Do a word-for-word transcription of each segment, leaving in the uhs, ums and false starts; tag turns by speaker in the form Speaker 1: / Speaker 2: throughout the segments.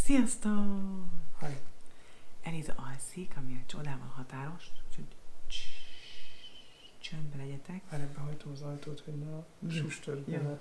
Speaker 1: Sziasztok!
Speaker 2: Hi.
Speaker 1: Eliza alszik, ami egy csodával határos, úgyhogy csöndbe legyetek.
Speaker 2: Erre behajtom az ajtót, hogy ne sustörjön.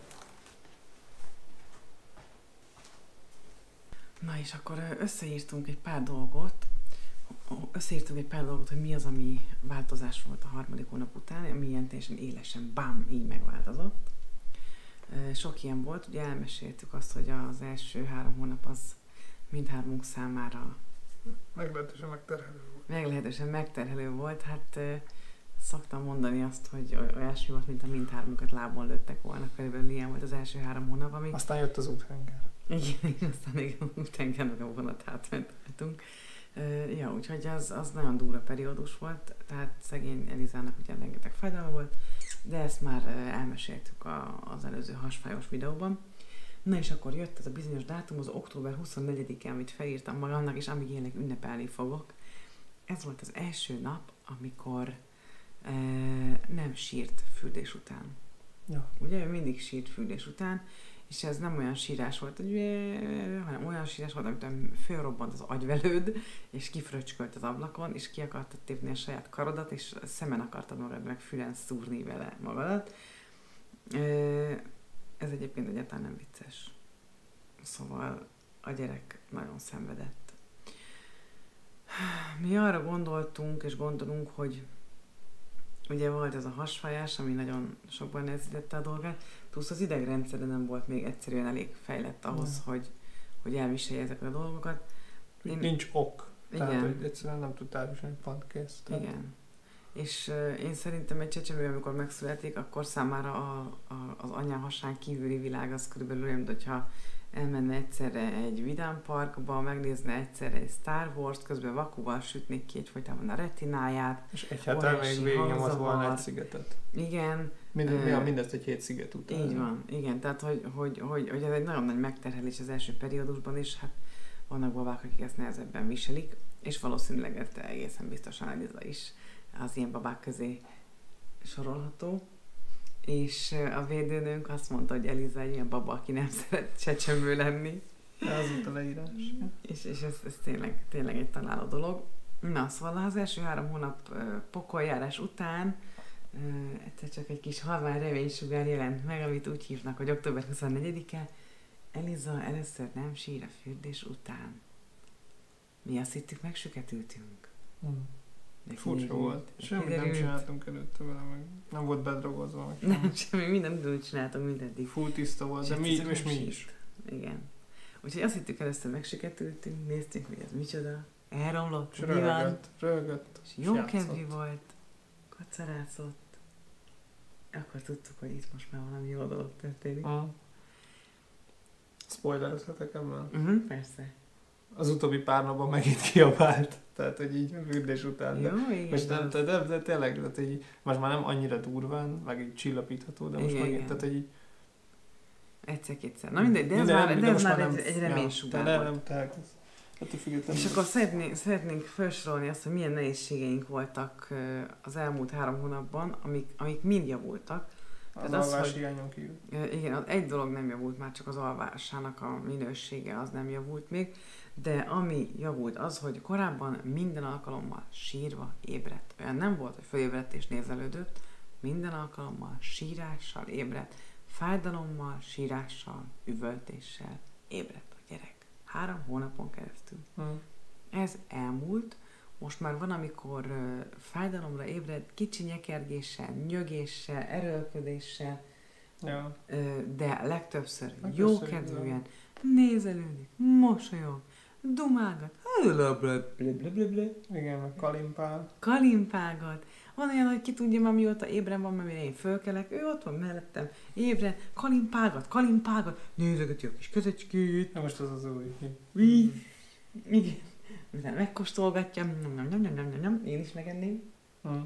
Speaker 1: Na és akkor összeírtunk egy pár dolgot, összeírtunk egy pár dolgot, hogy mi az, ami változás volt a harmadik hónap után, ami ilyen teljesen élesen, bám, így megváltozott. Sok ilyen volt, ugye elmeséltük azt, hogy az első három hónap az mindhármunk számára
Speaker 2: meglehetősen megterhelő volt.
Speaker 1: Meglehetősen megterhelő volt, hát szoktam mondani azt, hogy olyasmi volt, mint a mindhármunkat lábon lőttek volna, körülbelül ilyen volt az első három hónap, amíg...
Speaker 2: Aztán jött az úthenger.
Speaker 1: Igen, és aztán még az úthengernek a vonat átmentünk. Uh, ja, úgyhogy az, az nagyon durva periódus volt, tehát szegény Elizának ugye rengeteg fájdalma volt, de ezt már uh, elmeséltük a, az előző hasfájós videóban. Na és akkor jött ez a bizonyos dátum, az október huszonnegyedike, amit felírtam magamnak, és amíg élek ünnepelni fogok. Ez volt az első nap, amikor uh, nem sírt fürdés után.
Speaker 2: Ja.
Speaker 1: Ugye ő mindig sírt fürdés után, és ez nem olyan sírás volt, hogy hanem olyan sírás volt, amit fölrobbant az agyvelőd, és kifröcskölt az ablakon, és ki akartad tépni a saját karodat, és szemen akartad magad meg fülen szúrni vele magadat. Ez egyébként egyáltalán nem vicces. Szóval a gyerek nagyon szenvedett. Mi arra gondoltunk, és gondolunk, hogy ugye volt ez a hasfájás, ami nagyon sokban nehezítette a dolgát, plusz az idegrendszere nem volt még egyszerűen elég fejlett ahhoz, mm. hogy, hogy elviselje ezeket a dolgokat.
Speaker 2: Én... Nincs ok.
Speaker 1: Igen.
Speaker 2: Tehát, hogy egyszerűen nem tudtál viselni, pont kész. Tehát...
Speaker 1: Igen. És uh, én szerintem egy csecsemő, amikor megszületik, akkor számára a, a, az anyá hasán kívüli világ az körülbelül olyan, hogyha elmenne egyszerre egy vidámparkba, megnézne egyszerre egy Star Wars-t, közben vakuval sütnék ki egyfolytában a retináját.
Speaker 2: És egy héten még végignyomott volna egy szigetet.
Speaker 1: Igen.
Speaker 2: Mind, uh, mindezt egy hét sziget után.
Speaker 1: Így van, igen. Tehát, hogy, hogy, hogy, hogy ez egy nagyon nagy megterhelés az első periódusban, és hát vannak babák, akik ezt nehezebben viselik, és valószínűleg ezt egészen biztosan Eliza is az ilyen babák közé sorolható. És a védőnőnk azt mondta, hogy Eliza egy ilyen baba, aki nem szeret csecsemő lenni.
Speaker 2: Ez itt a leírás.
Speaker 1: És, és ez, ez tényleg, tényleg egy találó dolog. Na, szóval az első három hónap uh, pokoljárás után uh, egyszer csak egy kis halvány reménysugár jelent meg, amit úgy hívnak, hogy október huszonnegyedike. Eliza először nem sír a fürdés után. Mi azt hittük, megsüketültünk.
Speaker 2: Hmm. Furcsa volt. Semmit nem csináltunk előtte vele, meg nem volt bedrogozva. Meg
Speaker 1: nem, semmi, mindent úgy csináltunk, mint eddig.
Speaker 2: Full tiszta volt, de mi, és mi is.
Speaker 1: Igen. Úgyhogy azt hittük, először megsiketültünk, néztük, hogy ez micsoda. Elromlott,
Speaker 2: és röhögött, röhögött,
Speaker 1: és jó kedvű volt, kacarázott. Akkor tudtuk, hogy itt most már valami jó dolog történik.
Speaker 2: Uh. Spoilerezhetek ebben?
Speaker 1: Uh-huh, persze.
Speaker 2: Az utóbbi pár napban megint kiabált. Tehát, hogy így fürdés után.
Speaker 1: Jó, de, igen.
Speaker 2: Most nem, de, de, de tényleg, tehát, hogy most már nem annyira durván, meg így csillapítható, de most igen, megint, igen. Tehát, hogy így...
Speaker 1: Egyszer-kétszer. Na mindegy, de ez de már, de ez már egy, egy reménysugár
Speaker 2: ja,
Speaker 1: volt.
Speaker 2: Nem, tehát ez,
Speaker 1: és akkor szeretnénk, szeretnénk felsorolni azt, hogy milyen nehézségeink voltak az elmúlt három hónapban, amik, amik mind javultak.
Speaker 2: Az alvás hiányon kívül.
Speaker 1: Igen, az egy dolog nem javult, már csak az alvásának a minősége az nem javult még, de ami javult az, hogy korábban minden alkalommal sírva ébredt. Olyan nem volt, hogy fölébredt és nézelődött, minden alkalommal sírással ébredt, fájdalommal, sírással, üvöltéssel ébredt a gyerek. Három hónapon keresztül.
Speaker 2: Hmm.
Speaker 1: Ez elmúlt, most már van, amikor uh, fájdalomra ébred, kicsi nyekergéssel, nyögéssel, erőlködéssel,
Speaker 2: ja.
Speaker 1: uh, de legtöbbször jó kedvűen nézelődik, mosolyog, dumálgat,
Speaker 2: igen, meg kalimpál.
Speaker 1: Kalimpálgat. Van olyan, hogy ki tudja már mióta ébren van, mert én fölkelek, ő ott van mellettem, ébren, kalimpálgat, kalimpálgat, nézegeti a kis közecskét.
Speaker 2: Na most az az új.
Speaker 1: Mi? Igen. Mivel megkóstolgatja, nem, nem, nem, nem, nem, nem, én is megenném.
Speaker 2: Hmm.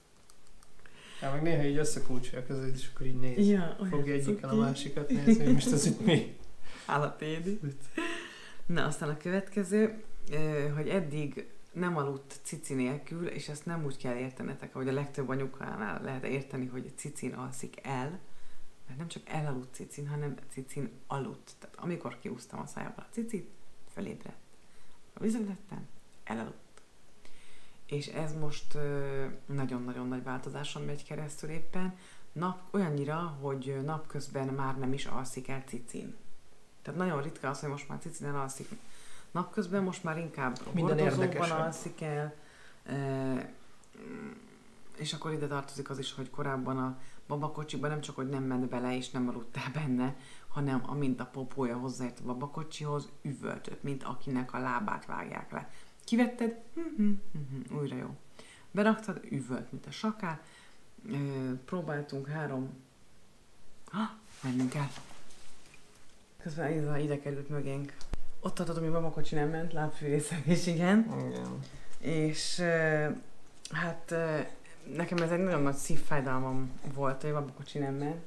Speaker 2: Ja, meg néha így összekulcsolja a között, és akkor így néz.
Speaker 1: Ja,
Speaker 2: fogja egyiken a másikat nézni, hogy most ez itt mi.
Speaker 1: Állatédi. Na, aztán a következő, hogy eddig nem aludt cici nélkül, és ezt nem úgy kell értenetek, ahogy a legtöbb anyukánál lehet érteni, hogy cicin alszik el, mert nem csak elaludt cicin, hanem cicin aludt. Tehát amikor kiúztam a szájából a cicit, felébredt. A vizet tettem, elaludt. És ez most nagyon-nagyon nagy változáson megy keresztül éppen, nap, olyannyira, hogy napközben már nem is alszik el cicin. Tehát nagyon ritka az, hogy most már cicin elalszik napközben, most már inkább hordozóban alszik el, e, és akkor ide tartozik az is, hogy korábban a babakocsiban nem csak, hogy nem ment bele és nem aludtál benne, hanem amint a popója hozzáért a babakocsihoz, üvöltött, mint akinek a lábát vágják le. Kivetted? Mm-hmm, mm-hmm, újra jó. Beraktad? Üvölt, mint a sakár. E, próbáltunk három... Ha, mennünk kell. Közben Eliza ide került mögénk. Ott tartottam, hogy babakocsi nem ment, lábfűrészek is igen.
Speaker 2: Igen.
Speaker 1: És e, hát e, nekem ez egy nagyon nagy szívfájdalmam volt, hogy a babakocsi nem ment.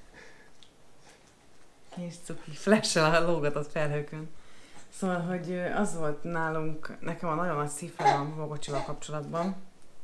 Speaker 1: Kis cuki flash-sel lógatott felhőkön. Szóval, hogy az volt nálunk, nekem a nagyon nagy szívfájdalom a babakocsival kapcsolatban.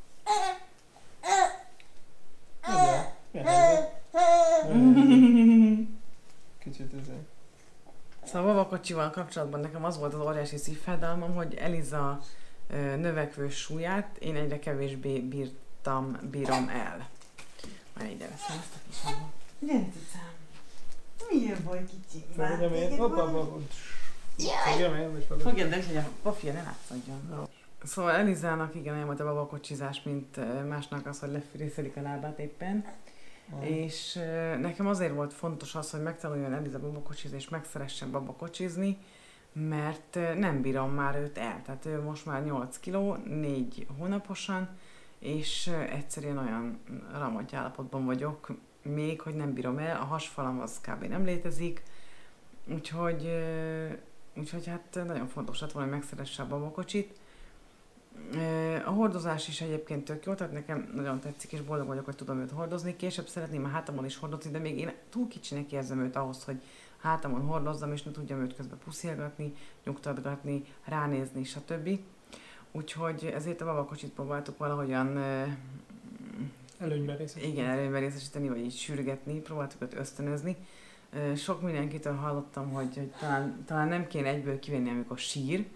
Speaker 2: Kicsit ezért.
Speaker 1: Szóval a babakocsival kapcsolatban nekem az volt az óriási szívfájdalmam, hogy Eliza ö, növekvő súlyát én egyre kevésbé bírtam, bírom el. Majd ide veszem ezt a kis hangot. Gyere, cicám! Milyen baj, kicsi?
Speaker 2: Fogjam én, hoppa, hoppa. Fogjam én, vagy fogjam.
Speaker 1: Fogjam, de hogy a pofia ne látszadjon. No. Szóval Elizának igen, olyan volt a babakocsizás, mint másnak az, hogy lefűrészelik a lábát éppen. Mm. És uh, nekem azért volt fontos az, hogy megtanuljon Eliza babakocsizni, és megszeressen babakocsizni, mert uh, nem bírom már őt el. Tehát ő most már nyolc kiló, négy hónaposan, és uh, egyszerűen olyan ramoty állapotban vagyok, még, hogy nem bírom el, a hasfalam az kb. Nem létezik, úgyhogy, uh, úgyhogy hát nagyon fontos lett volna, hogy megszeresse a babakocsit. A hordozás is egyébként tök jó, tehát nekem nagyon tetszik, és boldog vagyok, hogy tudom őt hordozni. Később szeretném a hátamon is hordozni, de még én túl kicsinek érzem őt ahhoz, hogy hátamon hordozzam, és ne tudjam őt közben puszilgatni, nyugtatgatni, ránézni, stb. Úgyhogy ezért a babakocsit próbáltuk valahogyan
Speaker 2: előnyben részesíteni.
Speaker 1: Igen, előnyben részesíteni, vagy így sürgetni, próbáltuk őt ösztönözni. Sok mindenkitől hallottam, hogy, hogy talán, talán nem kéne egyből kivenni, amikor sír.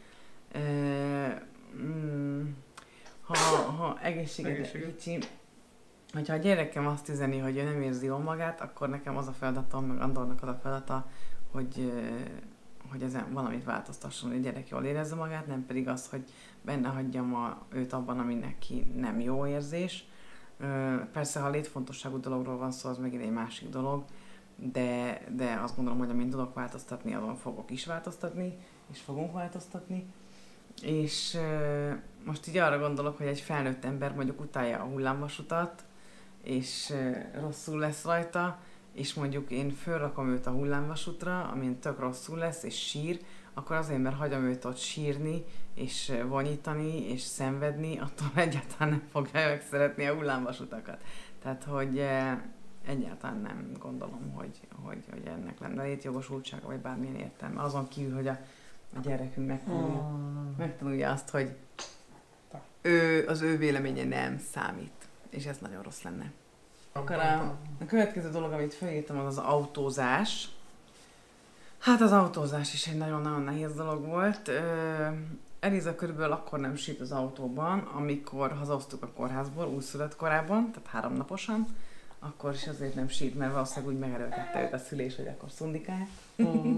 Speaker 1: Mm, ha, ha egészséges kicsi, hogyha a gyerekem azt üzeni, hogy ő nem érzi jól magát, akkor nekem az a feladatom, meg Andornak az a feladata, hogy, hogy ezen valamit változtasson, hogy a gyerek jól érezze magát, nem pedig az, hogy benne hagyjam a, őt abban, ami neki nem jó érzés. Persze, ha létfontosságú dologról van szó, az megint egy másik dolog, de, de azt gondolom, hogy amint tudok változtatni, azon fogok is változtatni, és fogunk változtatni. És uh, most így arra gondolok, hogy egy felnőtt ember mondjuk utálja a hullámvasutat, és uh, rosszul lesz rajta, és mondjuk én fölrakom őt a hullámvasutra, amin tök rosszul lesz, és sír, akkor azért, mert hagyom őt ott sírni, és vonyítani, és szenvedni, attól egyáltalán nem fogja megszeretni a hullámvasutakat. Tehát, hogy uh, egyáltalán nem gondolom, hogy, hogy, hogy ennek lenne létjogosultsága, vagy bármilyen értelme. Azon kívül, hogy a a gyerekünk megtanulja, oh. megtanulja azt, hogy ő, az ő véleménye nem számít, és ez nagyon rossz lenne. Akkor a, a következő dolog, amit felírtam, az az autózás. Hát az autózás is egy nagyon-nagyon nehéz dolog volt. Eliza körülbelül akkor nem sírt az autóban, amikor hazahoztuk a kórházból, újszülött korában, tehát háromnaposan. Akkor is azért nem sírt, mert valószínűleg úgy megerőltette őt a szülés, hogy akkor szundikál. Mm.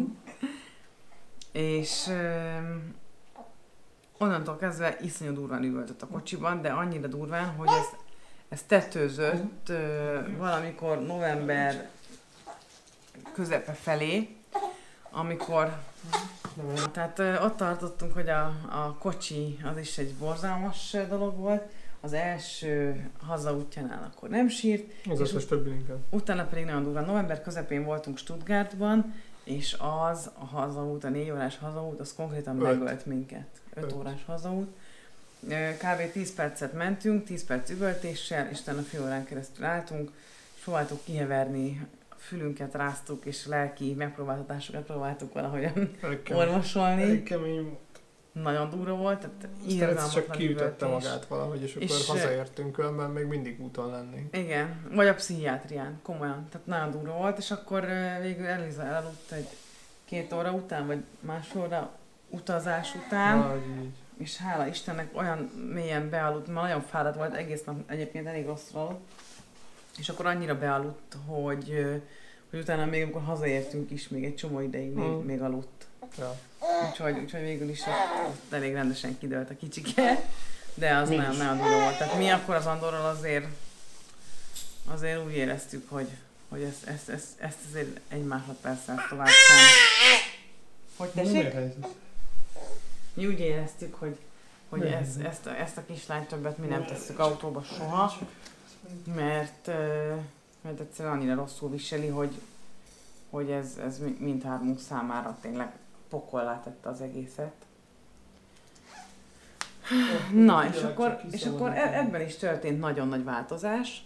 Speaker 1: És ö, onnantól kezdve iszonyú durván üvöltött a kocsiban, de annyira durván, hogy ez, ez tetőzött ö, valamikor november közepe felé, amikor tehát ö, ott tartottunk, hogy a, a kocsi az is egy borzalmas dolog volt. Az első hazaútjánál akkor nem sírt.
Speaker 2: Az összes többi inkább.
Speaker 1: Utána pedig nagyon durván. November közepén voltunk Stuttgartban, és az a hazaút, a négy órás hazaút, az konkrétan Öt. megölt minket. öt órás hazaút. Kb. tíz percet mentünk, tíz perc üvöltéssel, és utána fél órán keresztül álltunk, és próbáltuk kiheverni, a fülünket ráztuk, és lelki megpróbáltatásokat próbáltuk valahogyan orvosolni.
Speaker 2: Elég kemény.
Speaker 1: Nagyon durva volt, tehát
Speaker 2: irgalmatlan csak kiütötte magát valahogy, és akkor és hazaértünk, különben még mindig úton lennénk.
Speaker 1: Igen, vagy a pszichiátrián, komolyan, tehát nagyon durva volt, és akkor végül Eliza elaludt egy két óra után, vagy másfél óra utazás után,
Speaker 2: Na,
Speaker 1: és hála Istennek olyan mélyen bealudt, mert nagyon fáradt volt, egész nap egyébként elég rosszul aludt, és akkor annyira bealudt, hogy, hogy utána még amikor hazaértünk is, még egy csomó ideig még,
Speaker 2: mm.
Speaker 1: még aludt.
Speaker 2: Ja.
Speaker 1: Úgyhogy, úgyhogy végül is ott, ott elég rendesen kidőlt a kicsike, de az
Speaker 2: Mi
Speaker 1: nagyon,
Speaker 2: is.
Speaker 1: nagyon durva volt. Tehát mi akkor az Andorral azért, azért úgy éreztük, hogy, hogy ezt, ezt, ezt, ezt azért egy másodperccel tovább sem. Hogy tessék? Mi úgy éreztük, hogy, hogy ez, ezt, ezt a kislányt többet mi nem tesszük autóba soha, mert, mert egyszerűen annyira rosszul viseli, hogy, hogy ez, ez mindhármunk számára tényleg pokollá tette az egészet. Na, és akkor, és akkor ebben is történt nagyon nagy változás.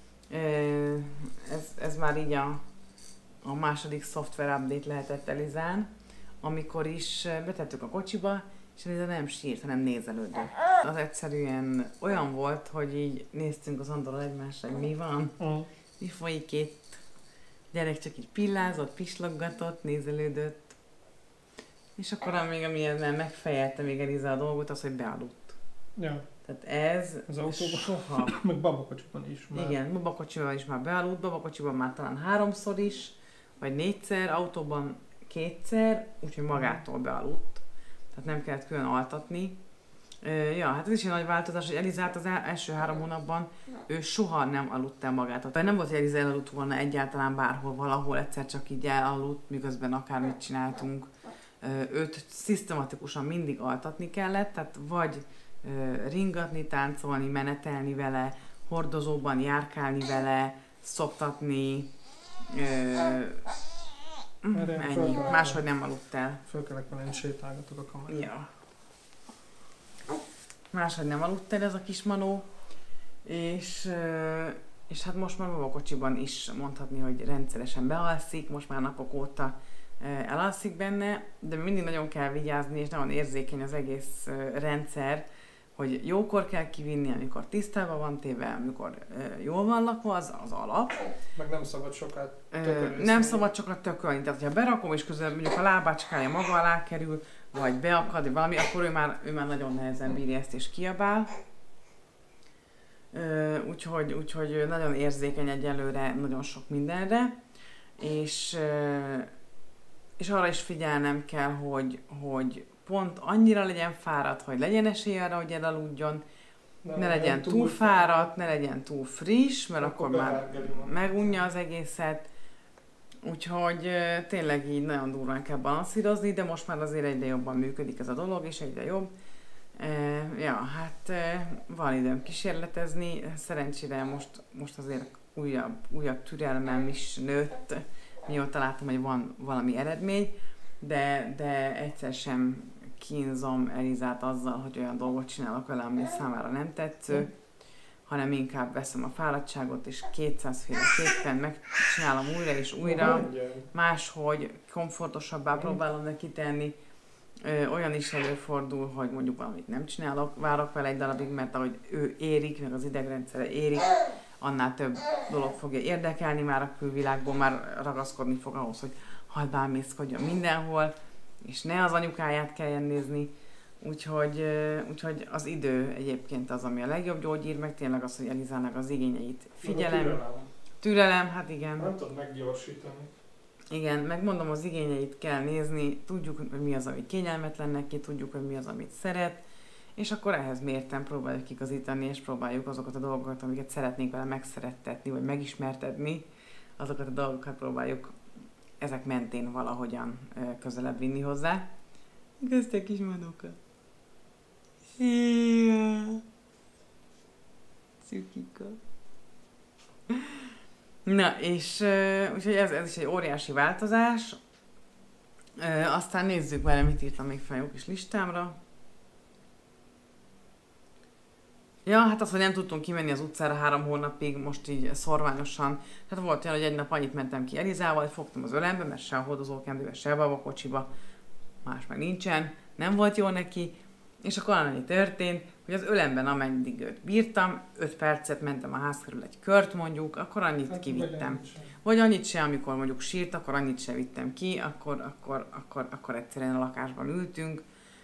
Speaker 1: Ez, ez már így a, a második szoftver update lehetett Elizán, amikor is betettük a kocsiba, és Eliza nem sírt, hanem nézelődött. Az egyszerűen olyan volt, hogy így néztünk az Andorral egymásra, hogy mi van, mi folyik itt. Gyerek csak így pillázott, pisloggatott, nézelődött. És akkor még amiért megfejelte még Eliza a dolgot, az, hogy bealudt.
Speaker 2: Ja.
Speaker 1: Tehát ez
Speaker 2: az autóban
Speaker 1: soha.
Speaker 2: Meg babakocsiban is már.
Speaker 1: Igen, babakocsiban is már bealudt, babakocsiban már talán háromszor is, vagy négyszer, autóban kétszer, úgyhogy magától bealudt. Tehát nem kellett külön altatni. Ja, hát ez is egy nagy változás, hogy Elizát az első három hónapban ő soha nem aludt el magától. Tehát nem volt, hogy Eliza elaludt volna egyáltalán bárhol, valahol, egyszer csak így elaludt, miközben akármit csináltunk. Őt szisztematikusan mindig altatni kellett, tehát vagy ringatni, táncolni, menetelni vele, hordozóban járkálni vele, szoptatni, ennyi. Máshogy nem aludt el.
Speaker 2: Föl kellek vele, én sétálgatok a kamerát.
Speaker 1: Ja. Máshogy nem aludt el ez a kis manó, és, és hát most már babakocsiban is mondhatni, hogy rendszeresen bealszik, most már napok óta elalszik benne, de mindig nagyon kell vigyázni, és nagyon érzékeny az egész rendszer, hogy jókor kell kivinni, amikor tisztában van téve, amikor jól van lakva, az az alap.
Speaker 2: Meg nem szabad sokat tökölni.
Speaker 1: Nem szabad sokat tökölni, tehát ha berakom, és közben mondjuk a lábácskája maga alá kerül, vagy beakad, vagy valami, akkor ő már, ő már nagyon nehezen bírja ezt és kiabál. Úgyhogy, úgyhogy nagyon érzékeny egyelőre nagyon sok mindenre, és, és arra is figyelnem kell, hogy, hogy pont annyira legyen fáradt, hogy legyen esély arra, hogy elaludjon, ne, ne legyen túl, túl fáradt, ne legyen túl friss, mert akkor, akkor már megunja az egészet. Úgyhogy tényleg így nagyon durván kell balanszírozni, de most már azért egyre jobban működik ez a dolog, és egyre jobb. E, ja, hát e, van időm kísérletezni, szerencsére most, most azért újabb, újabb türelmem is nőtt, mióta láttam, hogy van valami eredmény, de, de egyszer sem kínzom Elizát azzal, hogy olyan dolgot csinálok vele, ami számára nem tetsző, hanem inkább veszem a fáradtságot, és kétszázféleképpen megcsinálom újra és újra, máshogy komfortosabbá próbálom neki tenni. Ö, olyan is előfordul, hogy mondjuk valamit nem csinálok, várok vele egy darabig, mert ahogy ő érik, meg az idegrendszere érik, annál több dolog fogja érdekelni már a külvilágból, már ragaszkodni fog ahhoz, hogy halbámészkodjon mindenhol, és ne az anyukáját kelljen nézni. Úgyhogy, úgyhogy az idő egyébként az, ami a legjobb gyógyír, meg tényleg az, hogy Elizának az igényeit figyelem. Türelem. Türelem, hát igen.
Speaker 2: Nem tudod meggyorsítani.
Speaker 1: Igen, megmondom, az igényeit kell nézni, tudjuk, hogy mi az, ami kényelmetlen neki, tudjuk, hogy mi az, amit szeret, és akkor ehhez mérten próbáljuk igazítani, és próbáljuk azokat a dolgokat, amiket szeretnénk vele megszerettetni, vagy megismertetni, azokat a dolgokat próbáljuk ezek mentén valahogyan közelebb vinni hozzá. Köztek kis manókat. Szia! Szükika. Na, és uh, úgyhogy ez, ez is egy óriási változás. Uh, aztán nézzük vele, mit írtam még fel a jó kis listámra. Ja, hát az, hogy nem tudtunk kimenni az utcára három hónapig, most így szorványosan. Tehát volt olyan, hogy egy nap annyit mentem ki Elizával, hogy fogtam az ölembe, mert se a hordozókendőbe, se a babakocsiba, más meg nincsen, nem volt jó neki, és akkor annyi történt, hogy az ölemben ameddig őt bírtam, öt percet mentem a ház körül egy kört mondjuk, akkor annyit hát, kivittem. Vagy annyit se, amikor mondjuk sírt, akkor annyit se vittem ki, akkor, akkor, akkor, akkor egyszerűen a lakásban ültünk,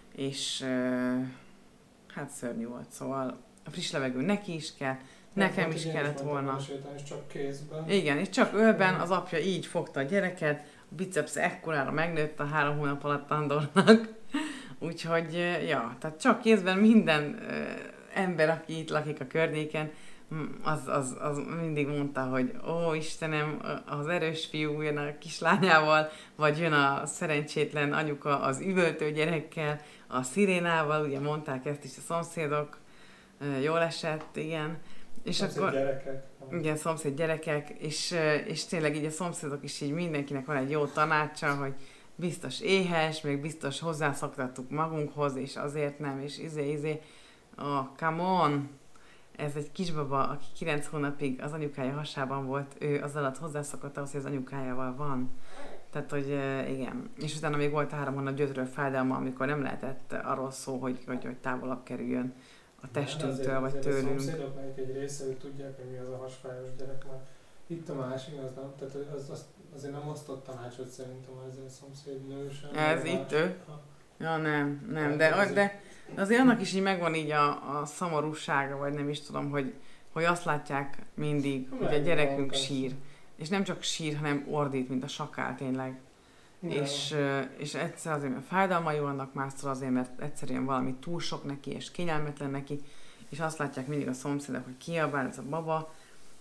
Speaker 1: és hát szörnyű volt, szóval a friss levegő neki is kell, nekem
Speaker 2: hát,
Speaker 1: is kellett volna.
Speaker 2: És csak kézben.
Speaker 1: Igen, és csak ölben az apja így fogta a gyereket, a biceps ekkorára megnőtt a három hónap alatt Andornak. Úgyhogy, ja, tehát csak kézben minden ember, aki itt lakik a környéken, az, az, az mindig mondta, hogy ó, Istenem, az erős fiú jön a kislányával, vagy jön a szerencsétlen anyuka az üvöltő gyerekkel, a szirénával, ugye mondták ezt is a szomszédok, jól esett, igen. És
Speaker 2: szomszéd
Speaker 1: akkor,
Speaker 2: gyerekek.
Speaker 1: igen, szomszéd gyerekek, és, és tényleg így a szomszédok is így mindenkinek van egy jó tanácsa, hogy biztos éhes, még biztos hozzászoktattuk magunkhoz, és azért nem, és izé, izé, oh, come on! Ez egy kisbaba, aki kilenc hónapig az anyukája hasában volt, ő az alatt hozzászokott ahhoz, hogy az anyukájával van. Tehát, hogy igen. És utána még volt három hónap gyötrő fájdalma, amikor nem lehetett arról szó, hogy, hogy, hogy távolabb kerüljön a testünktől, vagy tőlünk.
Speaker 2: A szomszédok, melyik egy része, hogy tudják, hogy mi az a hasfájós gyerek, mert itt a másik, az nem, tehát az, az, azért nem osztott tanácsot szerintem ezzel a szomszéd sem.
Speaker 1: Ez itt ő? Ja, nem, nem, de, de azért annak is így megvan így a, a szomorúsága, vagy nem is tudom, hogy, hogy azt látják mindig, hogy a gyerekünk sír. És nem csak sír, hanem ordít, mint a sakál tényleg. És, és egyszer azért, mert fájdalmai vannak, másszor azért, mert egyszerűen valami túl sok neki, és kényelmetlen neki, és azt látják mindig a szomszédok, hogy kiabál ez a baba,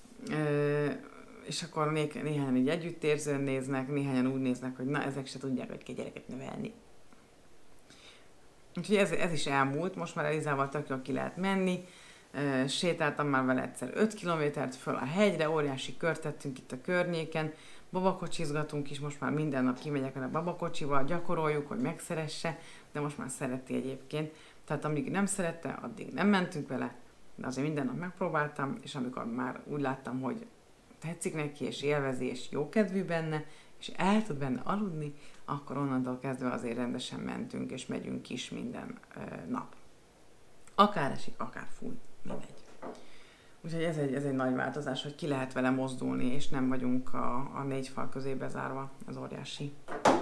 Speaker 1: és akkor né- néhányan így együttérzően néznek, néhányan úgy néznek, hogy na, ezek se tudják, hogy kell gyereket nevelni. Úgyhogy ez, ez is elmúlt, most már Elizával tök jól ki lehet menni, sétáltam már vele egyszer öt kilométert föl a hegyre, óriási kört tettünk itt a környéken, babakocsizgatunk is, most már minden nap kimegyek vele babakocsival, gyakoroljuk, hogy megszeresse, de most már szereti egyébként. Tehát amíg nem szerette, addig nem mentünk vele, de azért minden nap megpróbáltam, és amikor már úgy láttam, hogy tetszik neki, és élvezi, és jókedvű benne, és el tud benne aludni, akkor onnantól kezdve azért rendesen mentünk, és megyünk is minden ö, nap. Akár esik, akár fúj, mindegy. Úgyhogy ez egy, ez egy nagy változás, hogy ki lehet vele mozdulni, és nem vagyunk a, a négy fal közé bezárva, ez óriási.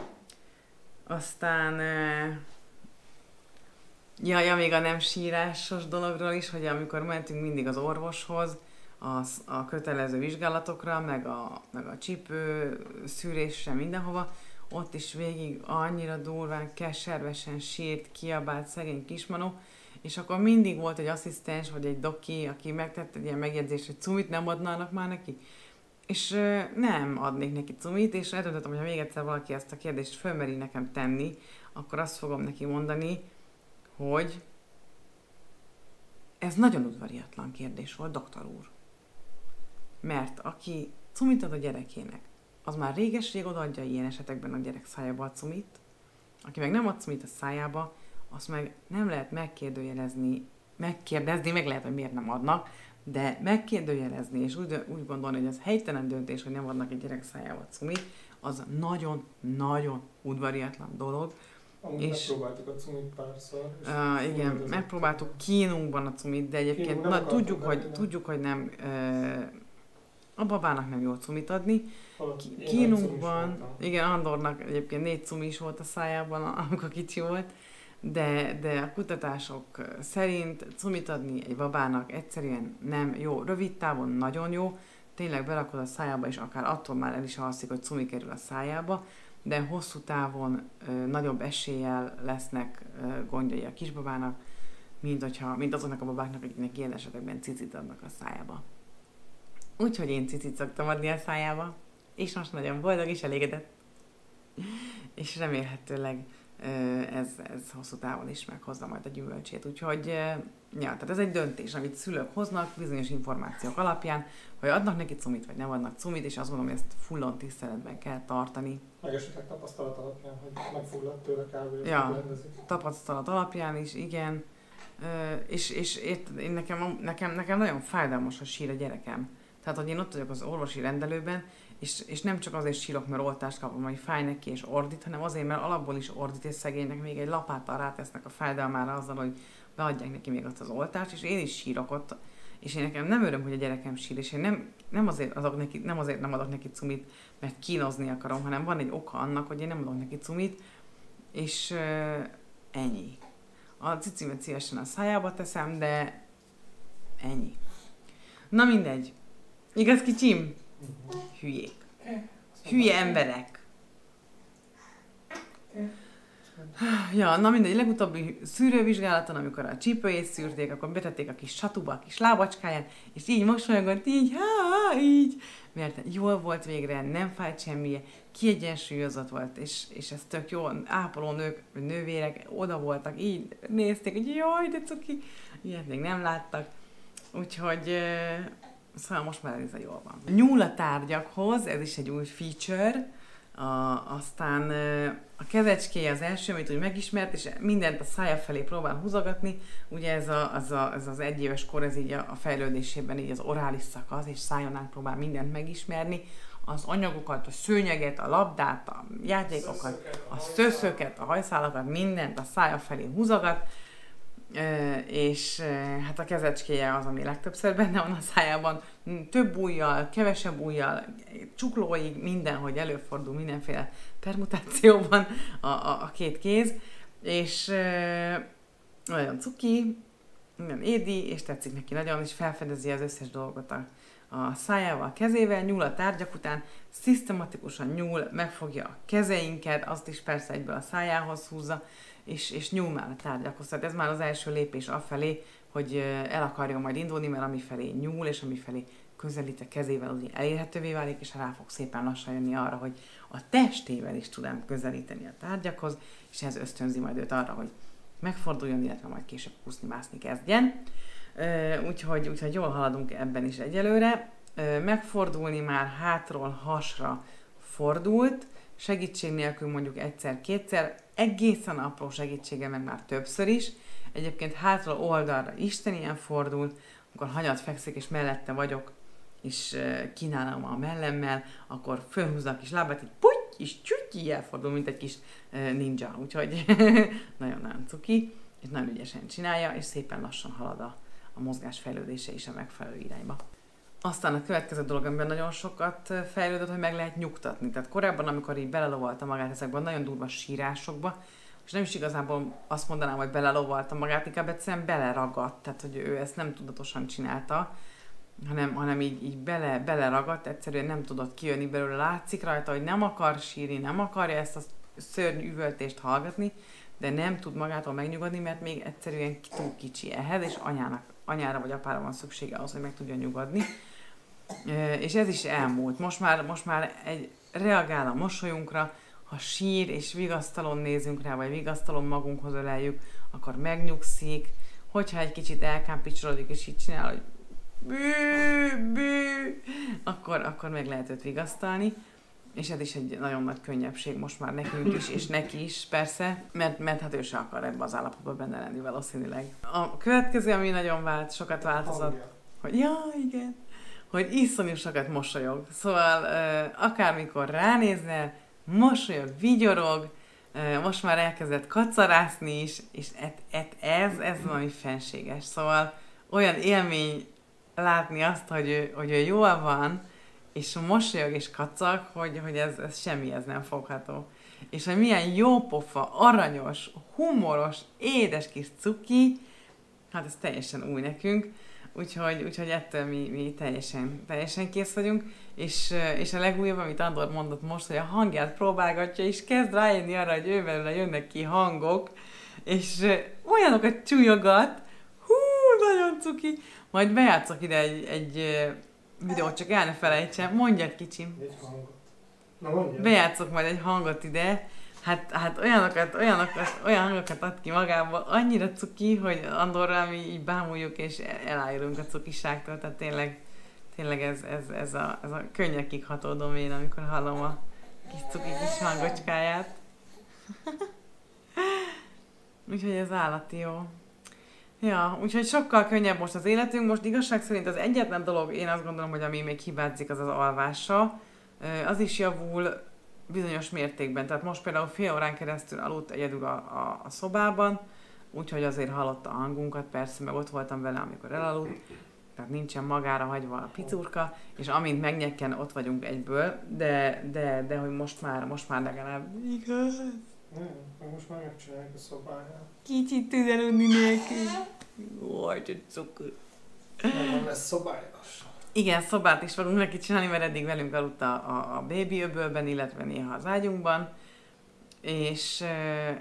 Speaker 1: Aztán, e, ja, ja, még a nem sírásos dologról is, hogy amikor mentünk mindig az orvoshoz, az, a kötelező vizsgálatokra, meg a, meg a csípő szűrésre, mindenhova, ott is végig annyira durván, keservesen sírt, kiabált szegény kismanó, és akkor mindig volt egy asszisztens, vagy egy doki, aki megtette egy ilyen megjegyzést, hogy cumit nem adnának már neki. És ö, nem adnék neki cumit, és eldöntöttem, hogy ha még egyszer valaki ezt a kérdést fölmeri nekem tenni, akkor azt fogom neki mondani, hogy ez nagyon udvariatlan kérdés volt, doktor úr. Mert aki cumit ad a gyerekének, az már réges-rég odaadja ilyen esetekben a gyerek szájába a cumit, aki meg nem ad cumit a szájába, azt meg nem lehet megkérdőjelezni, megkérdezni, meg lehet, hogy miért nem adnak, de megkérdőjelezni, és úgy, úgy gondolni, hogy ez helytelen döntés, hogy nem adnak egy gyerek szájába cumit, az nagyon-nagyon udvariatlan dolog.
Speaker 2: Amúgy és megpróbáltuk a cumit párszor.
Speaker 1: Uh, igen, megpróbáltuk Kínunkban a cumit, de egyébként na, tudjuk, hogy, tudjuk, hogy nem, uh, a babának nem jó cumit adni. Kínunkban, igen, Andornak egyébként négy cumi is volt a szájában, amikor kicsi volt, de, de a kutatások szerint cumit adni egy babának egyszerűen nem jó. Rövid távon nagyon jó, tényleg berakod a szájába, és akár attól már el is alszik, hogy cumi kerül a szájába, de hosszú távon ö, nagyobb eséllyel lesznek ö, gondjai a kisbabának, mint, hogyha, mint azoknak a babáknak, akiknek ilyen esetekben cicit adnak a szájába. Úgyhogy én cicit szoktam adni a szájába, és most nagyon boldog és elégedett. És remélhetőleg Ez, ez hosszú távon is meghozza majd a gyümölcsét. Úgyhogy, ja, tehát ez egy döntés, amit szülők hoznak bizonyos információk alapján, hogy adnak neki cumit, vagy nem adnak cumit, és azt gondolom, hogy ezt fullon tiszteletben kell tartani.
Speaker 2: Meg esetleg tapasztalat alapján, hogy megfoglalt tőle kávé,
Speaker 1: ja, tapasztalat alapján is, igen. És, és érted, én nekem, nekem, nekem nagyon fájdalmas, hogy sír a gyerekem. Tehát, hogy én ott vagyok az orvosi rendelőben, És, és nem csak azért sírok, mert oltást kapom, hogy fáj neki és ordít, hanem azért, mert alapból is ordít, és szegénynek még egy lapáttal rátesznek a fájdalmára azzal, hogy beadják neki még azt az oltást, és én is sírok ott. És én nekem nem öröm, hogy a gyerekem sír, és én nem, nem, azért, adok neki, nem azért nem adok neki cumit, mert kínozni akarom, hanem van egy oka annak, hogy én nem adok neki cumit, és uh, ennyi. A cicimet szívesen a szájába teszem, de ennyi. Na mindegy. Igaz, kicsim? Hülyék. Hülye emberek. Ja, na mindegy, legutóbbi szűrővizsgálaton, amikor a csípőjét szűrték, akkor betették a kis satuba, a kis lábacskáján, és így mosolyogott, így, há, így, mert jól volt végre, nem fájt semmije, kiegyensúlyozott volt, és, és ez tök jó, ápoló nők, nővérek oda voltak, így nézték, hogy jaj, de cuki, ilyet még nem láttak, úgyhogy, szóval most már ez a jól van. Nyúl a tárgyakhoz, ez is egy új feature. A, aztán a kezecskéje az első, amit úgy megismert, és mindent a szája felé próbál húzogatni. Ugye ez, a, az, a, ez az egyéves kor, ez így a, a fejlődésében így az orális szakasz, és szájon át próbál mindent megismerni. Az anyagokat, a szőnyeget, a labdát, a játékokat, a szöszöket, a hajszálakat, mindent a szája felé húzogat. És hát a kezecskéje az, ami legtöbbször benne van a szájában, több ujjal, kevesebb ujjal, csuklóig, mindenhogy előfordul mindenféle permutációban a, a, a két kéz, és e, nagyon cuki, nagyon édi, és tetszik neki nagyon, és felfedezi az összes dolgot a, a szájával, a kezével, nyúl a tárgyak után, szisztematikusan nyúl, megfogja a kezeinket, azt is persze egyből a szájához húzza, és, és nyúl már a tárgyakhoz. Tehát ez már az első lépés afelé, hogy el akarjon majd indulni, mert amifelé nyúl, és amifelé közelít a kezével, ugye elérhetővé válik, és rá fog szépen lassan jönni arra, hogy a testével is tudám közelíteni a tárgyakhoz, és ez ösztönzi majd őt arra, hogy megforduljon, illetve majd később kúszni-mászni kezdjen. Úgyhogy, úgyhogy jól haladunk ebben is egyelőre. Megfordulni már hátról hasra fordult, segítség nélkül mondjuk egyszer-kétszer, egészen apró segítsége meg már többször is. Egyébként hátról oldalra Isten ilyen fordul, amikor hanyat fekszik és mellette vagyok, és kínálom a mellemmel, akkor fölhúzza a kis lábát, így puty, és csütyi elfordul, mint egy kis ninja. Úgyhogy nagyon-nagyon cuki, és nagyon ügyesen csinálja, és szépen lassan halad a, a mozgás fejlődése is a megfelelő irányba. Aztán a következő dolog, amiben nagyon sokat fejlődött, hogy meg lehet nyugtatni. Tehát korábban, amikor így belelovalta magát ezekben nagyon durva sírásokba, és nem is igazából azt mondanám, hogy belelovalta magát, inkább egyszerűen beleragadt, tehát hogy ő ezt nem tudatosan csinálta, hanem, hanem így, így bele, beleragadt, egyszerűen nem tudott kijönni belőle, látszik rajta, hogy nem akar sírni, nem akarja ezt a szörnyű üvöltést hallgatni, de nem tud magától megnyugodni, mert még egyszerűen túl kicsi ehhez, és anyának, anyára vagy apára van szüksége ahhoz, hogy meg tudja nyugodni. És ez is elmúlt. Most már, most már egy reagál a mosolyunkra, ha sír és vigasztalon nézünk rá, vagy vigasztalon magunkhoz öleljük, akkor megnyugszik. Hogyha egy kicsit elkámpicsolodik és így csinál, hogy bű, bű, akkor, akkor meg lehet őt vigasztalni. És ez is egy nagyon nagy könnyebbség most már nekünk is, és neki is persze, mert, mert hát ő se akar ebbe az állapotban benne lenni valószínűleg. A következő, ami nagyon vált, sokat változott, hogy ja, igen, hogy iszonyú sokat mosolyog. Szóval uh, akármikor ránézne, mosolyog, vigyorog, uh, most már elkezdett kacarászni is, és et, et, ez, ez valami fenséges. Szóval olyan élmény látni azt, hogy ő, hogy ő jól van, és mosolyog és kacag, hogy, hogy ez, ez semmi, ez nem fogható. És hogy milyen jópofa, aranyos, humoros, édes kis cuki, hát ez teljesen új nekünk, úgyhogy, úgyhogy ettől mi, mi teljesen, teljesen kész vagyunk, és, és a legújabb, amit Andor mondott most, hogy a hangját próbálgatja, és kezd rájönni arra, hogy ő belőle jönnek ki hangok, és olyanokat csúlyogat, hú, nagyon cuki, majd bejátszok ide egy, egy videót, csak el ne felejtsem, mondjad kicsim.
Speaker 2: Egy hangot. Na mondjad.
Speaker 1: Bejátszok majd egy hangot ide, hát, hát olyanokat, olyanokat, olyan hangokat ad ki magából, annyira cuki, hogy Andorral mi így bámuljuk és elájulunk a cukiságtól, tehát tényleg, tényleg ez, ez, ez, a, ez a könnyekig hatódom én, amikor hallom a kis cuki kis hangocskáját. Úgyhogy ez állati jó. Ja, úgyhogy sokkal könnyebb most az életünk. Most igazság szerint az egyetlen dolog, én azt gondolom, hogy ami még hibázik, az az alvása. Az is javul bizonyos mértékben. Tehát most például fél órán keresztül aludt egyedül a, a, a szobában, úgyhogy azért hallotta a hangunkat, persze, meg ott voltam vele, amikor elaludt. Tehát nincsen magára hagyva a picurka, és amint megnyekken, ott vagyunk egyből, de, de, de hogy most már, most már legalább igaz.
Speaker 2: Nem, meg most már megcsináljuk a szobáját.
Speaker 1: Kicsit tud aludni nélkül. Jaj, te cukor.
Speaker 2: Nem lesz szobája lassan.
Speaker 1: Igen, szobát is fogunk neki csinálni, mert eddig velünk aludt a, a, a bébi öbölben, illetve néha az ágyunkban. És... Uh,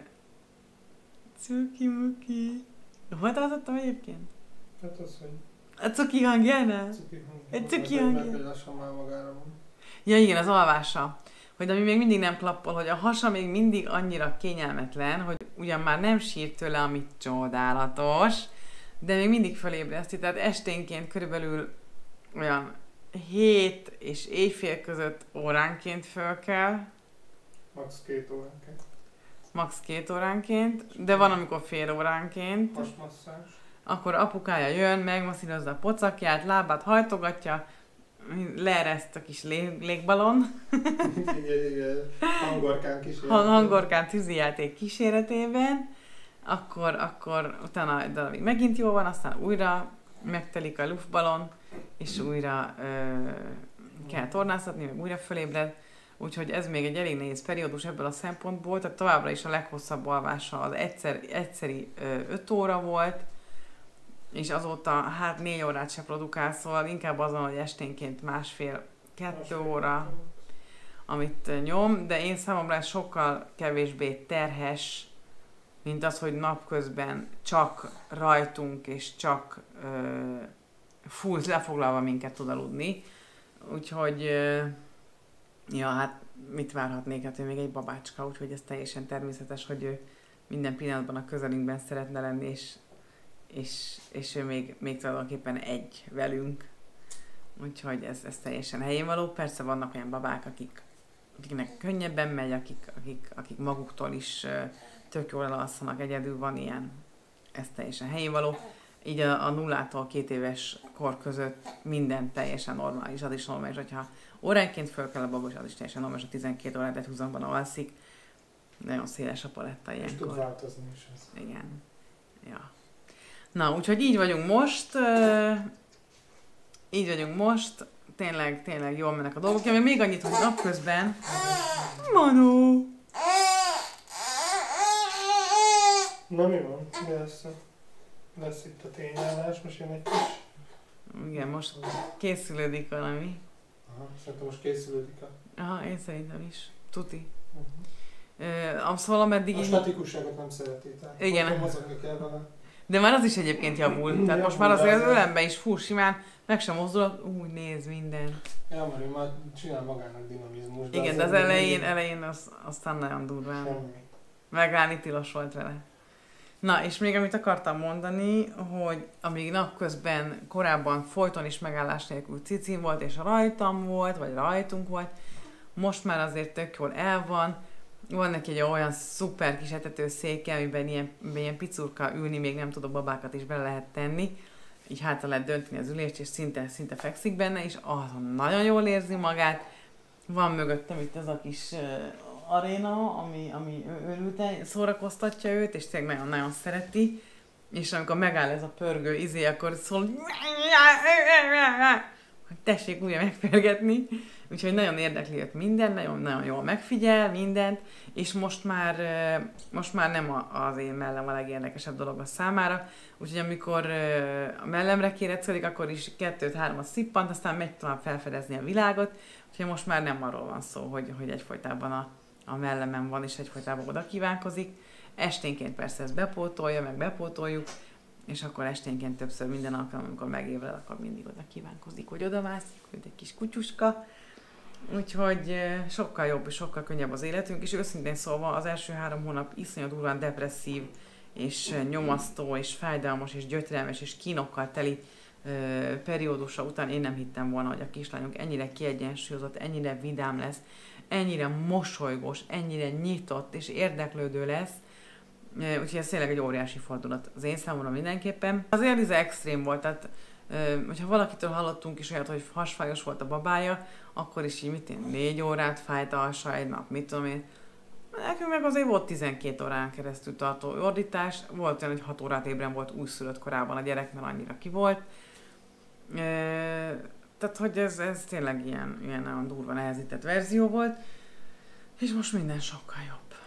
Speaker 1: cuki-muki. Hol tartottam egyébként?
Speaker 2: Hát az, hogy...
Speaker 1: A cuki hangjánál?
Speaker 2: Cuki hang.
Speaker 1: Egy cuki hangja.
Speaker 2: Meg, hogy lassan már magára van.
Speaker 1: Ja igen, az alvása. Hogy ami még mindig nem klappol, hogy a hasa még mindig annyira kényelmetlen, hogy ugyan már nem sír tőle, amit csodálatos, de még mindig felébreszti, tehát esténként körülbelül olyan hét és éjfél között óránként föl kell.
Speaker 2: Max két óránként.
Speaker 1: Max két óránként, de van amikor fél óránként.
Speaker 2: Hasmasszás.
Speaker 1: Akkor apukája jön, megmasszírozza a pocakját, lábát hajtogatja, leereszt a kis lég, légbalon.
Speaker 2: Igen, igen. Hangorkán
Speaker 1: kíséretében. Hangorkán tűzijáték kíséretében. Akkor, akkor utána egy darabig megint jó van, aztán újra megtelik a luftballon, és újra ö, kell tornáztatni, meg újra fölébred. Úgyhogy ez még egy elég nehéz periódus ebből a szempontból, tehát továbbra is a leghosszabb alvása az egyszer, egyszeri öt óra volt, és azóta hát négy órát se produkál, szóval inkább azon, hogy esténként másfél-kettő óra, amit nyom, de én számomra ez sokkal kevésbé terhes, mint az, hogy napközben csak rajtunk és csak ö, full lefoglalva minket tud aludni. Úgyhogy, ö, ja, hát mit várhatnék, hát ő még egy babácska, úgyhogy ez teljesen természetes, hogy ő minden pillanatban a közelünkben szeretne lenni, és És, és ő még, még tulajdonképpen egy velünk. Úgyhogy ez, ez teljesen helyén való. Persze vannak olyan babák, akik, akiknek könnyebben megy, akik, akik, akik maguktól is uh, tök jól elalszanak, egyedül van ilyen. Ez teljesen helyén való. Így a, a nullától két éves kor között minden teljesen normális. Az is normális, hogyha óránként föl kell a baba, az is teljesen normális, a tizenkét órát egy húzamban alszik. Nagyon széles a paletta ilyenkor.
Speaker 2: És tud változni is ez.
Speaker 1: Igen. Ja. Na, úgyhogy így vagyunk most, uh, így vagyunk most, tényleg, tényleg jól mennek a dolgok. Ja, még annyit, hogy napközben... Manu!
Speaker 2: Na mi van? Mi lesz, a... lesz itt a tényállás? Most jön egy kis...
Speaker 1: Igen, most készülődik valami.
Speaker 2: Aha, szerintem most készülődik a...
Speaker 1: Aha, én szerintem is. Tuti.
Speaker 2: Uh-huh.
Speaker 1: Uh, szóval ameddig...
Speaker 2: A statikusságot nem szeretitek.
Speaker 1: Igen.
Speaker 2: Mozogni kell vele.
Speaker 1: De már az is egyébként javul. Tehát most már azért az ölembe is fúr simán, meg sem mozdul, úgy néz minden.
Speaker 2: Ja, mert ő már csinál magának dinamizmus.
Speaker 1: De igen, de az elején, elején az, aztán nagyon durván.
Speaker 2: Semmi.
Speaker 1: Megállni tilos volt vele. Na, és még amit akartam mondani, hogy amíg napközben korábban folyton is megállás nélkül cicim volt, és rajtam volt, vagy rajtunk volt, most már azért tök jól el van. Van neki egy olyan szuper kis etetőszéke, amiben ilyen, ilyen picurka ülni, még nem tudom, babákat is bele lehet tenni. Így hátra lehet dönteni az ülést, és szinte, szinte fekszik benne, és azon nagyon jól érzi magát. Van mögöttem itt ez a kis uh, aréna, ami, ami őrülten szórakoztatja őt, és tényleg nagyon-nagyon szereti. És amikor megáll ez a pörgő izé, akkor szól, hogy tessék újra megpörgetni. Úgyhogy nagyon érdekli őt minden, nagyon-nagyon jól megfigyel mindent, és most már, most már nem az én mellem a legérdekesebb dolog a számára. Úgyhogy amikor a mellemre kéreckedik, akkor is kettőt-hármat szippant, aztán megy tovább felfedezni a világot. Úgyhogy most már nem arról van szó, hogy, hogy egyfolytában a, a mellemen van, és egyfolytában oda kívánkozik. Esténként persze ezt bepótolja, meg bepótoljuk, és akkor esténként többször minden alkalommal, amikor megébred, akkor mindig oda kívánkozik, hogy oda mászik, hogy egy kis kutyuska. Úgyhogy sokkal jobb és sokkal könnyebb az életünk, és őszintén szólva az első három hónap iszonyat durván depresszív, és nyomasztó, és fájdalmas, és gyötrelmes, és kínokkal teli ö, periódusa után én nem hittem volna, hogy a kislányunk ennyire kiegyensúlyozott, ennyire vidám lesz, ennyire mosolygós, ennyire nyitott és érdeklődő lesz. Úgyhogy ez tényleg egy óriási fordulat az én számomra mindenképpen. Az Eliza extrém volt, tehát hogyha valakitől hallottunk is olyat, hogy hasfájos volt a babája, akkor is így mit én, négy órát fájt a hasa egy nap, mit tudom én. Nekünk meg azért volt tizenkét órán keresztül tartó ordítás, volt olyan, hogy hat órát ébren volt újszülött korában a gyerek, mert annyira ki volt. E, tehát, hogy ez, ez tényleg ilyen, ilyen nagyon durva nehezített verzió volt, és most minden sokkal jobb.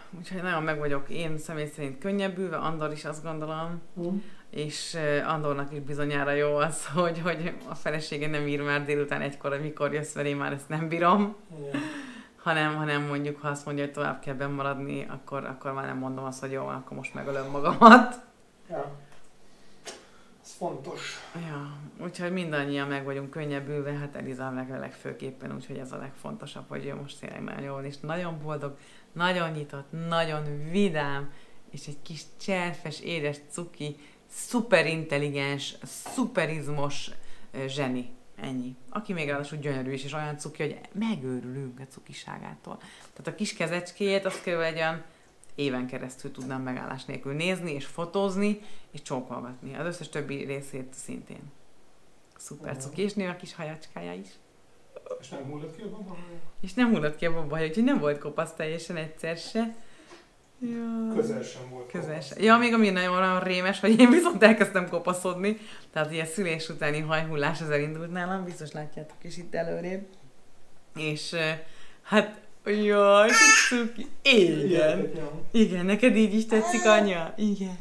Speaker 1: úgyhogy nagyon meg vagyok én személy szerint könnyebbülve, Andor is azt gondolom, mm. és Andornak is bizonyára jó az, hogy, hogy a felesége nem ír már délután egykor, hogy mikor jössz, mert én már ezt nem bírom, yeah. hanem, hanem mondjuk, ha azt mondja, hogy tovább kell bemaradni, akkor, akkor már nem mondom azt, hogy jó, akkor most megölöm magamat.
Speaker 2: Ja. Ez fontos.
Speaker 1: Ja, úgyhogy mindannyian meg vagyunk könnyebbülve, hát Eliza a legfőképpen, úgyhogy ez a legfontosabb, hogy ő most tényleg nagyon jól és nagyon boldog, nagyon nyitott, nagyon vidám, és egy kis cserfes, édes cuki, szuperintelligens, szuperizmos zseni. Ennyi. Aki még ráadásul gyönyörű is, és olyan cuki, hogy megőrülünk a cukiságától. Tehát a kis kezecskéjét azt kell, egy olyan éven keresztül tudnám megállás nélkül nézni, és fotózni, és csókolgatni. Az összes többi részét szintén. Szuper uh-huh. cuki, és nő a kis hajacskája is.
Speaker 2: És nem hullott ki a babahaja?
Speaker 1: És nem hullott ki a babahaja, úgyhogy nem volt kopasz teljesen egyszer se. Ja.
Speaker 2: Közel sem volt
Speaker 1: Közel sem. Ja, még ami nagyon rémes, hogy én viszont elkezdtem kopaszodni, tehát ilyen szülés utáni hajhullás az elindult nálam, biztos látjátok is itt előrébb. És hát, jaj, cuki. Igen. Igen, neked így is tetszik, anya? Igen.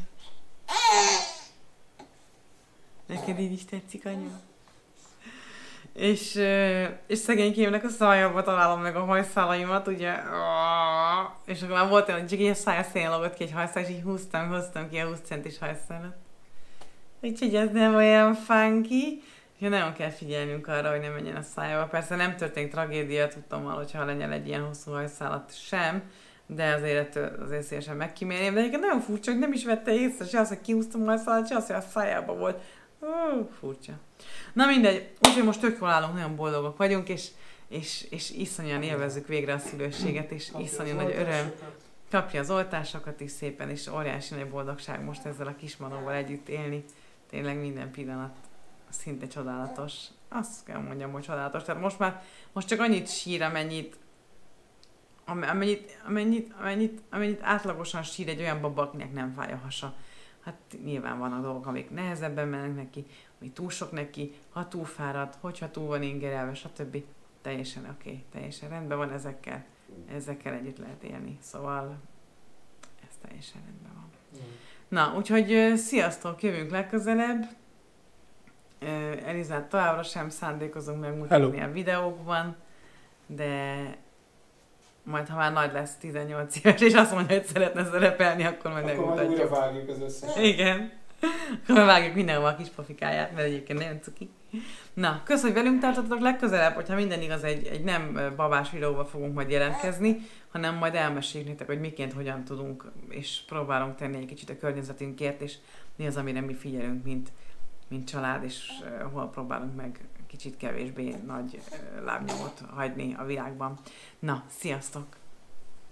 Speaker 1: Neked így is tetszik, anya? És, és szegénykémnek a szájába találom meg a hajszálaimat, ugye, és akkor már volt olyan, hogy csak így a szája szélén logott ki egy hajszál, és így húztam, hoztam ki a húsz centis hajszálat. Úgyhogy ez nem olyan funky. Ja, nagyon kell figyelnünk arra, hogy ne menjen a szájába. Persze nem történt tragédia, tudtam már, hogyha lenyel egy ilyen hosszú hajszálat sem, de azért, azért szívesen megkímélném. De egyébként nagyon furcsa, hogy nem is vette észre, se az, hogy kihúztam a hajszálat, se az, hogy a szájába volt. Uh, furcsa. Na mindegy, úgyhogy most tök jól állunk, nagyon boldogok vagyunk, és, és, és iszonyan élvezzük végre a szülőséget, és iszonyan nagy öröm. Kapja az oltásokat is szépen, és óriási nagy boldogság most ezzel a kismanóval együtt élni. Tényleg minden pillanat szinte csodálatos. Azt kell mondjam, hogy csodálatos. Tehát most már most csak annyit sír, amennyit, amennyit, amennyit, amennyit, amennyit átlagosan sír egy olyan baba, akinek nem fáj a hasa. Hát nyilván vannak dolgok, amik nehezebben mennek neki, ami túl sok neki, ha túl fáradt, hogyha túl van ingerelve, stb. Teljesen oké, okay, teljesen rendben van ezekkel, ezekkel együtt lehet élni, szóval ez teljesen rendben van. Mm. Na, úgyhogy sziasztok, jövünk legközelebb. Elizát továbbra sem szándékozunk megmutatni Hello. a videókban, de majd ha már nagy lesz, tizennyolc éves, és azt mondja, hogy szeretne szerepelni, akkor majd megmutatjuk.
Speaker 2: Akkor majd újra vágjuk az összes.
Speaker 1: Igen. Akkor vágjuk mindenhol a kis pofikáját, mert egyébként nagyon cuki. Na, kösz, hogy velünk tartottatok, legközelebb, hogyha minden igaz, egy, egy nem babás videóval fogunk majd jelentkezni, hanem majd elmeséljük nektek, hogy miként, hogyan tudunk, és próbálunk tenni egy kicsit a környezetünkért, és mi az, amire mi figyelünk, mint, mint család, és uh, hol próbálunk meg kicsit kevésbé nagy uh, lábnyomot hagyni a világban. Na, sziasztok!